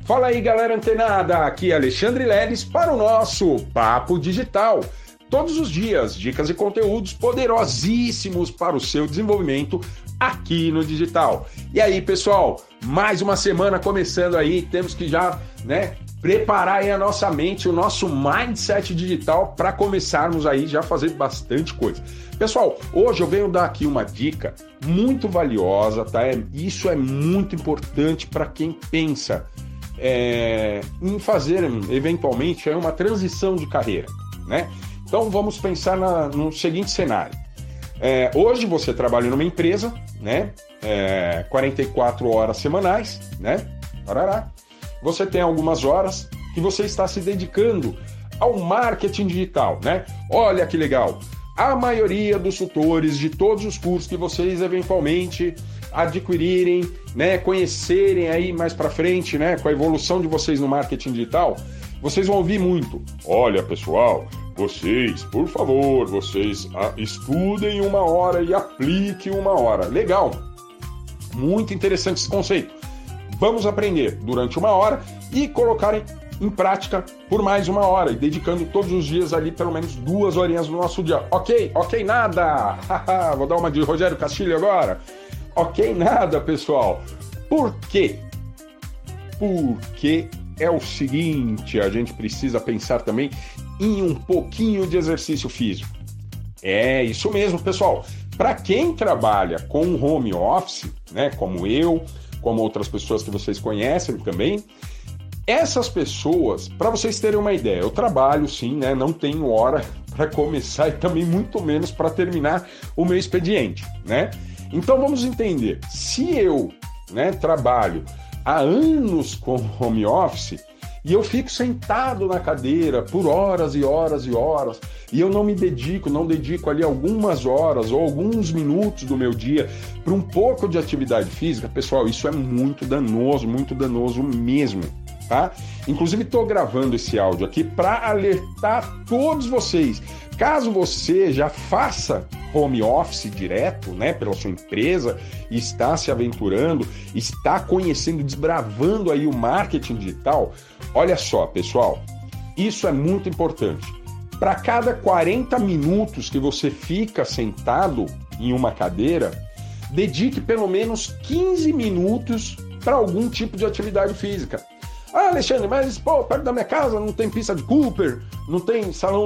Fala aí, galera antenada, aqui é Alexandre Leles para o nosso Papo Digital. Todos os dias, dicas e conteúdos poderosíssimos para o seu desenvolvimento aqui no digital. E aí, pessoal, mais uma semana começando aí, temos que já, preparar aí a nossa mente, o nosso mindset digital para começarmos aí já a fazer bastante coisa. Pessoal, hoje eu venho dar aqui uma dica muito valiosa, tá? Isso é muito importante para quem pensa em fazer, eventualmente, uma transição de carreira, né? Então vamos pensar no seguinte cenário. Hoje você trabalha numa empresa, 44 horas semanais, Parará. Você tem algumas horas que você está se dedicando ao marketing digital, Olha que legal! A maioria dos tutores de todos os cursos que vocês eventualmente adquirirem, conhecerem aí mais para frente, com a evolução de vocês no marketing digital, vocês vão ouvir muito. Olha, pessoal, vocês, por favor, estudem 1 hora e apliquem 1 hora. Legal! Muito interessante esse conceito. Vamos aprender durante 1 hora e colocar em prática por mais 1 hora, e dedicando todos os dias ali pelo menos 2 horinhas no nosso dia. Ok nada! Vou dar uma de Rogério Castilho agora. Ok nada, pessoal. Por quê? Porque é o seguinte, a gente precisa pensar também em um pouquinho de exercício físico. É isso mesmo, pessoal. Para quem trabalha com home office, como eu, como outras pessoas que vocês conhecem também, essas pessoas, para vocês terem uma ideia, eu trabalho sim, não tenho hora para começar e também muito menos para terminar o meu expediente, Então vamos entender, se eu trabalho há anos com home office e eu fico sentado na cadeira por horas e horas e horas e eu não dedico ali algumas horas ou alguns minutos do meu dia para um pouco de atividade física, pessoal, isso é muito danoso mesmo, tá? Inclusive estou gravando esse áudio aqui para alertar todos vocês, caso você já faça home office direto, pela sua empresa, e está se aventurando, está conhecendo, desbravando aí o marketing digital, olha só, pessoal, isso é muito importante. Para cada 40 minutos que você fica sentado em uma cadeira, dedique pelo menos 15 minutos para algum tipo de atividade física. Ah, Alexandre, mas perto da minha casa não tem pista de Cooper, não tem salão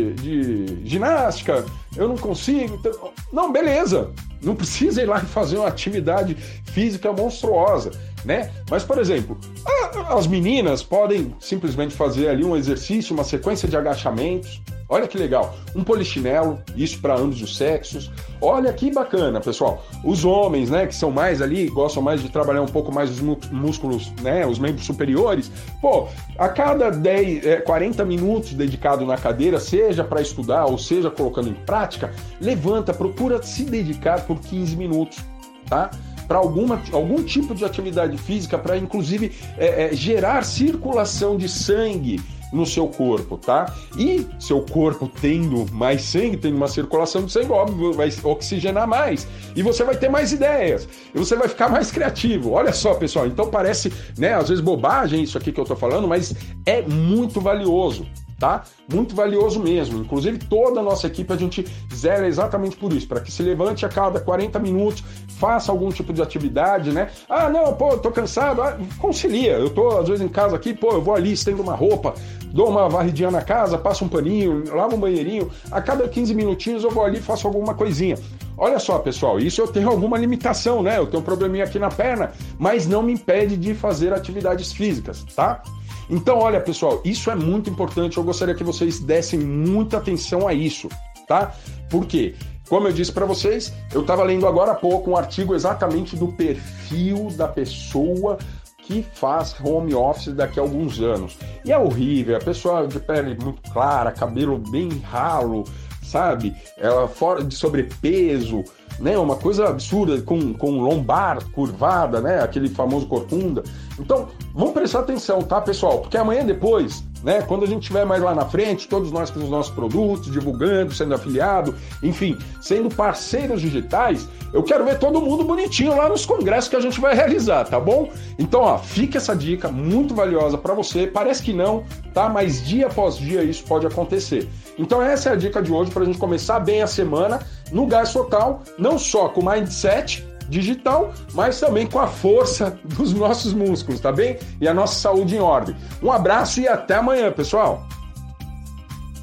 de ginástica, eu não consigo. Não, beleza, não precisa ir lá e fazer uma atividade física monstruosa, Mas, por exemplo, as meninas podem simplesmente fazer ali um exercício, uma sequência de agachamentos. Olha que legal, um polichinelo, isso para ambos os sexos. Olha que bacana, pessoal. Os homens, que são mais ali, gostam mais de trabalhar um pouco mais os músculos, os membros superiores. A cada 40 minutos dedicado na cadeira, seja para estudar ou seja colocando em prática, levanta, procura se dedicar por 15 minutos, tá? Para algum tipo de atividade física, para inclusive gerar circulação de sangue no seu corpo, tá? E seu corpo tendo mais sangue, tendo uma circulação de sangue, óbvio, vai oxigenar mais. E você vai ter mais ideias. E você vai ficar mais criativo. Olha só, pessoal, então parece, às vezes bobagem isso aqui que eu tô falando, mas é muito valioso, tá? Muito valioso mesmo. Inclusive, toda a nossa equipe a gente zera exatamente por isso, para que se levante a cada 40 minutos, faça algum tipo de atividade, Ah, não, eu tô cansado. Concilia. Eu tô, às vezes, em casa aqui, eu vou ali, estendo uma roupa, dou uma varridinha na casa, passo um paninho, lavo um banheirinho. A cada 15 minutinhos eu vou ali e faço alguma coisinha. Olha só, pessoal, isso eu tenho alguma limitação, Eu tenho um probleminha aqui na perna, mas não me impede de fazer atividades físicas, tá? Então, olha, pessoal, isso é muito importante. Eu gostaria que vocês dessem muita atenção a isso, tá? Por quê? Como eu disse para vocês, eu estava lendo agora há pouco um artigo exatamente do perfil da pessoa que faz home office daqui a alguns anos. E é horrível, a pessoa de pele muito clara, cabelo bem ralo, sabe? Ela fora de sobrepeso, uma coisa absurda, com lombar curvada, aquele famoso corcunda. Então, vamos prestar atenção, tá, pessoal? Porque amanhã depois, né? Quando a gente estiver mais lá na frente, todos nós com os nossos produtos, divulgando, sendo afiliado, enfim, sendo parceiros digitais, eu quero ver todo mundo bonitinho lá nos congressos que a gente vai realizar, tá bom? Então, ó, fica essa dica muito valiosa para você. Parece que não, tá? Mas dia após dia isso pode acontecer. Então essa é a dica de hoje para a gente começar bem a semana no Gás Total, não só com o mindset digital, mas também com a força dos nossos músculos, tá bem? E a nossa saúde em ordem. Um abraço e até amanhã, pessoal!